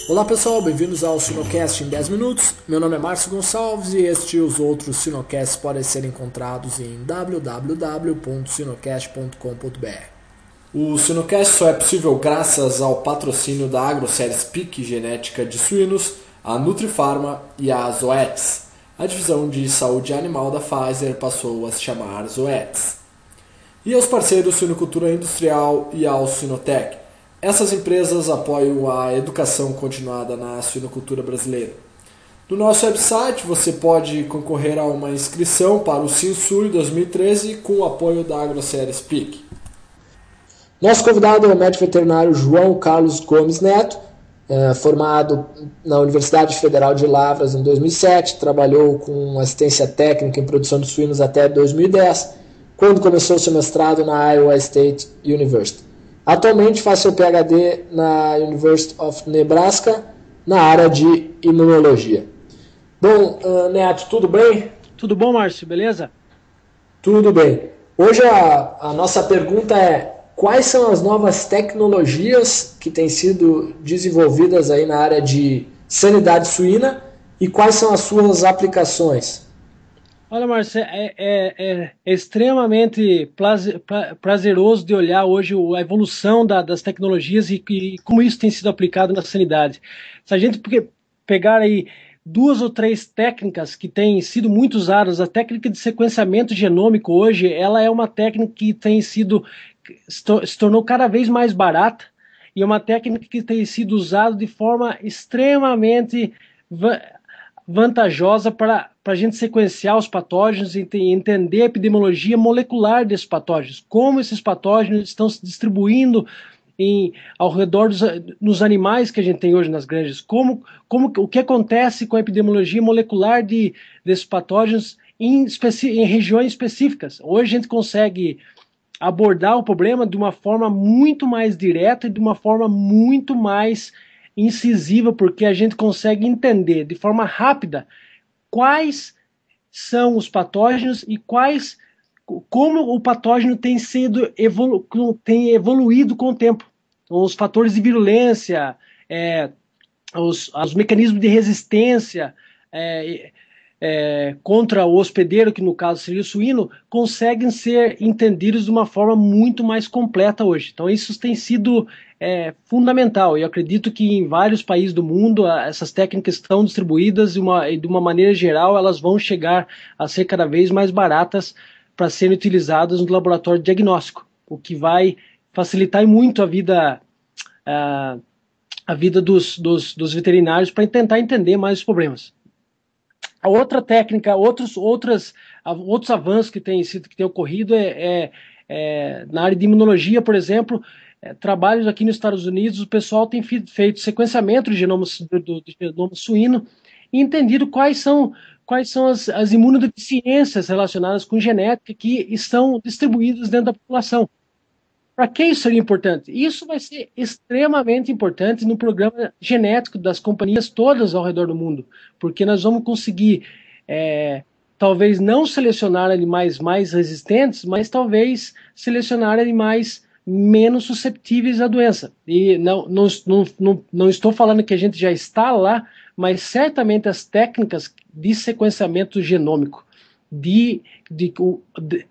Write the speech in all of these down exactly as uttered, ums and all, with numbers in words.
Olá pessoal, bem-vindos ao Sinocast em dez minutos. Meu nome é Márcio Gonçalves e este e os outros Sinocasts podem ser encontrados em w w w ponto sinocast ponto com ponto b r. O Sinocast só é possível graças ao patrocínio da AgroSéries Peak Genética de Suínos, a Nutrifarma e a Zoetis. A divisão de saúde animal da Pfizer passou a se chamar Zoetis. E aos parceiros Suinocultura Industrial e ao Sinotec. Essas empresas apoiam a educação continuada na suinocultura brasileira. No nosso website você pode concorrer a uma inscrição para o SINSUR dois mil e treze com o apoio da AgroSéries Peak. Nosso convidado é o médico veterinário João Carlos Gomes Neto, é, formado na Universidade Federal de Lavras em dois mil e sete, trabalhou com assistência técnica em produção de suínos até dois mil e dez, quando começou seu mestrado na Iowa State University. Atualmente faz seu P H D na University of Nebraska, na área de imunologia. Bom, uh, Neto, tudo bem? Tudo bom, Márcio, beleza? Tudo bem. Hoje a, a nossa pergunta é: quais são as novas tecnologias que têm sido desenvolvidas aí na área de sanidade suína e quais são as suas aplicações? Olha, Márcio, é, é, é, é extremamente prazeroso de olhar hoje a evolução da, das tecnologias e, e como isso tem sido aplicado na sanidade. Se a gente pegar aí duas ou três técnicas que têm sido muito usadas, a técnica de sequenciamento genômico hoje, ela é uma técnica que tem sido, se tornou cada vez mais barata e é uma técnica que tem sido usada de forma extremamente vantajosa para a gente sequenciar os patógenos e entender a epidemiologia molecular desses patógenos, como esses patógenos estão se distribuindo em, ao redor dos nos animais que a gente tem hoje nas granjas, como, como, o que acontece com a epidemiologia molecular de, desses patógenos em, em regiões específicas. Hoje a gente consegue abordar o problema de uma forma muito mais direta e de uma forma muito mais incisiva, porque a gente consegue entender de forma rápida quais são os patógenos e quais, como o patógeno tem sido evolu tem evoluído com o tempo. Então, os fatores de virulência, é, os, os mecanismos de resistência é, é, contra o hospedeiro, que no caso seria o suíno, conseguem ser entendidos de uma forma muito mais completa hoje. Então isso tem sido é, fundamental. Eu acredito que em vários países do mundo essas técnicas estão distribuídas e, uma, e de uma maneira geral elas vão chegar a ser cada vez mais baratas para serem utilizadas no laboratório de diagnóstico, o que vai facilitar muito a vida, a, a vida dos, dos, dos veterinários para tentar entender mais os problemas. A outra técnica, outros, outras, outros avanços que têm sido, que têm ocorrido é, é, é na área de imunologia, por exemplo, é, trabalhos aqui nos Estados Unidos, o pessoal tem feito sequenciamento do genoma, do, do genoma suíno e entendido quais são, quais são as, as imunodeficiências relacionadas com genética que estão distribuídas dentro da população. Para que isso seria importante? Isso vai ser extremamente importante no programa genético das companhias todas ao redor do mundo, porque nós vamos conseguir, é, talvez não selecionar animais mais resistentes, mas talvez selecionar animais menos susceptíveis à doença. E não, não, não, não, não estou falando que a gente já está lá, mas certamente as técnicas de sequenciamento genômico, de, de, de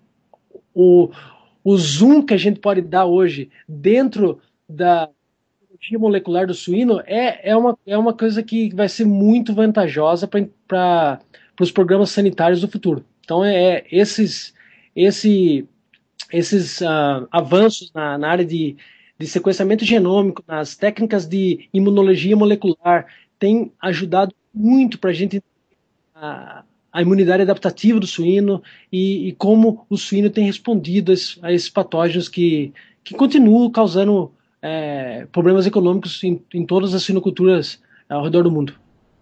o O zoom que a gente pode dar hoje dentro da biologia molecular do suíno é, é, uma, é uma coisa que vai ser muito vantajosa para os programas sanitários do futuro. Então, é, é esses, esse, esses uh, avanços na, na área de, de sequenciamento genômico, nas técnicas de imunologia molecular, têm ajudado muito para a gente uh, a imunidade adaptativa do suíno e, e como o suíno tem respondido a, esse, a esses patógenos que, que continuam causando é, problemas econômicos em, em todas as suinoculturas ao redor do mundo.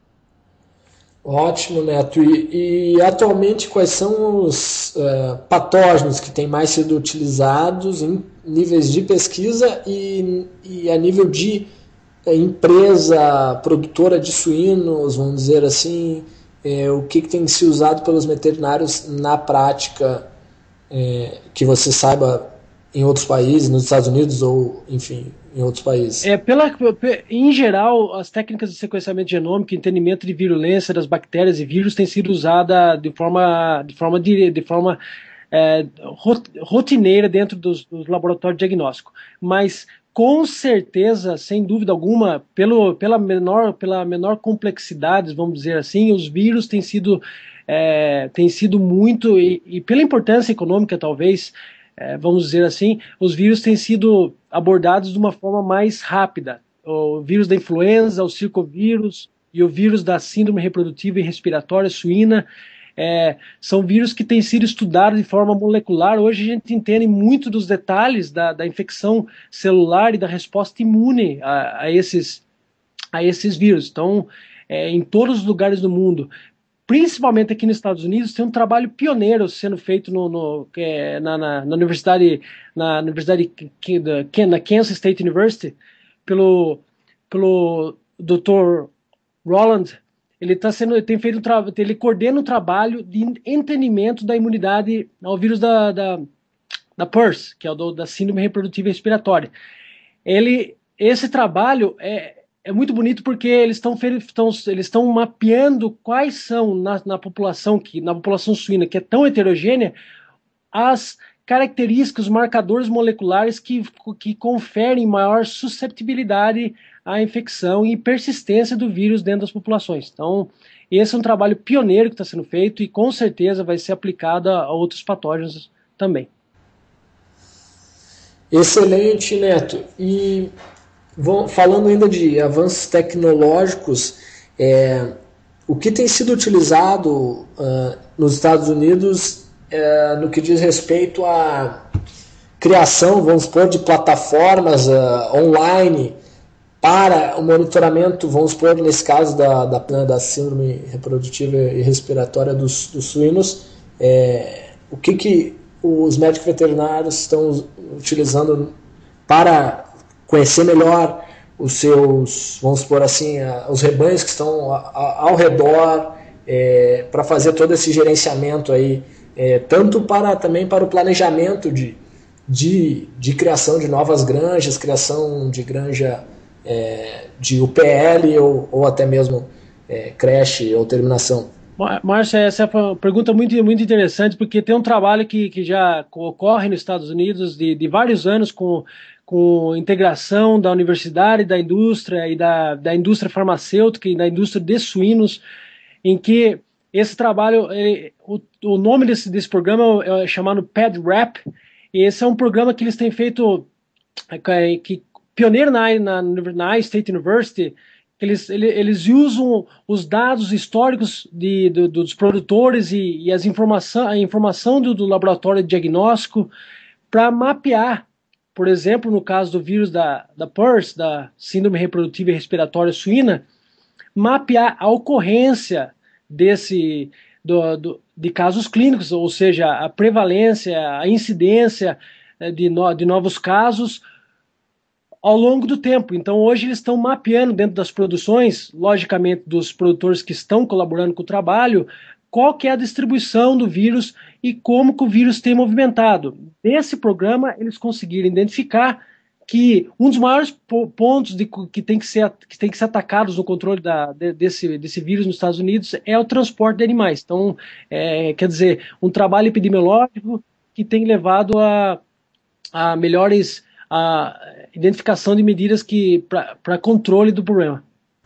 Ótimo, Neto. E, e atualmente quais são os uh, patógenos que têm mais sido utilizados em níveis de pesquisa e, e a nível de uh, empresa produtora de suínos, vamos dizer assim, É, o que, que tem se usado pelos veterinários na prática, é, que você saiba em outros países, nos Estados Unidos ou, enfim, em outros países? É, pela, em geral, as técnicas de sequenciamento genômico, entendimento de virulência das bactérias e vírus têm sido usadas de forma, de forma, de, de forma é, rotineira dentro dos, dos laboratórios de diagnóstico. Mas, com certeza, sem dúvida alguma, pelo, pela, menor, pela menor complexidade, vamos dizer assim, os vírus têm sido, é, têm sido muito, e, e pela importância econômica, talvez, É, vamos dizer assim, os vírus têm sido abordados de uma forma mais rápida. O vírus da influenza, o circovírus e o vírus da síndrome reprodutiva e respiratória suína é, são vírus que têm sido estudados de forma molecular. Hoje a gente entende muito dos detalhes da, da infecção celular e da resposta imune a, a, esses, a esses vírus. Então, é, em todos os lugares do mundo, principalmente aqui nos Estados Unidos, tem um trabalho pioneiro sendo feito no, no, é, na, na, na universidade, na universidade na Kansas State University, pelo, pelo doutor Roland. Ele tá sendo, ele tem feito um ele coordena um trabalho de entendimento da imunidade ao vírus da, da, da P E R S, que é o do, da síndrome reprodutiva e respiratória. Ele, esse trabalho é É muito bonito porque eles estão eles estão mapeando quais são na, na população que na população suína, que é tão heterogênea, as características, os marcadores moleculares que, que conferem maior susceptibilidade à infecção e persistência do vírus dentro das populações. Então, esse é um trabalho pioneiro que está sendo feito e com certeza vai ser aplicado a outros patógenos também. Excelente, Neto. E falando ainda de avanços tecnológicos, é, o que tem sido utilizado uh, nos Estados Unidos uh, no que diz respeito à criação, vamos supor, de plataformas uh, online para o monitoramento, vamos supor, nesse caso da, da, da síndrome reprodutiva e respiratória dos, dos suínos, é, o que, que os médicos veterinários estão utilizando para conhecer melhor os seus, vamos supor assim, os rebanhos que estão ao redor, é, para fazer todo esse gerenciamento aí, é, tanto para, também para o planejamento de, de, de criação de novas granjas, criação de granja é, de U P L ou, ou até mesmo é, creche ou terminação. Márcio, essa é uma pergunta muito, muito interessante, porque tem um trabalho que, que já ocorre nos Estados Unidos de, de vários anos com com integração da universidade, da indústria e da, da indústria farmacêutica e da indústria de suínos, em que esse trabalho, ele, o, o nome desse, desse programa é chamado PED-RAP, e esse é um programa que eles têm feito, que, que pioneiro na, na, na State University, que eles, eles, eles usam os dados históricos de, de, dos produtores e, e as informação, a informação do, do laboratório de diagnóstico para mapear. Por exemplo, no caso do vírus da, da P E R S, da síndrome reprodutiva e respiratória suína, mapear a ocorrência desse, do, do, de casos clínicos, ou seja, a prevalência, a incidência de, no, de novos casos ao longo do tempo. Então, hoje eles estão mapeando dentro das produções, logicamente dos produtores que estão colaborando com o trabalho, qual que é a distribuição do vírus e como que o vírus tem movimentado. Nesse programa, eles conseguiram identificar que um dos maiores pontos de, que, tem que, ser, que tem que ser atacados no controle da, de, desse, desse vírus nos Estados Unidos é o transporte de animais. Então, é, quer dizer, um trabalho epidemiológico que tem levado a, a melhores a identificação de medidas para controle do problema.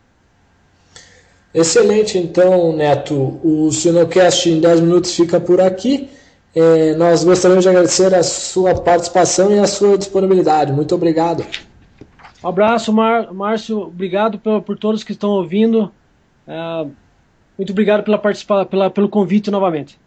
Excelente, então, Neto. O Sinocast em dez minutos fica por aqui. É, nós gostaríamos de agradecer a sua participação e a sua disponibilidade. Muito obrigado. Um abraço, Mar Márcio. Obrigado por, por todos que estão ouvindo. Uh, muito obrigado pela participa pela, pelo convite novamente.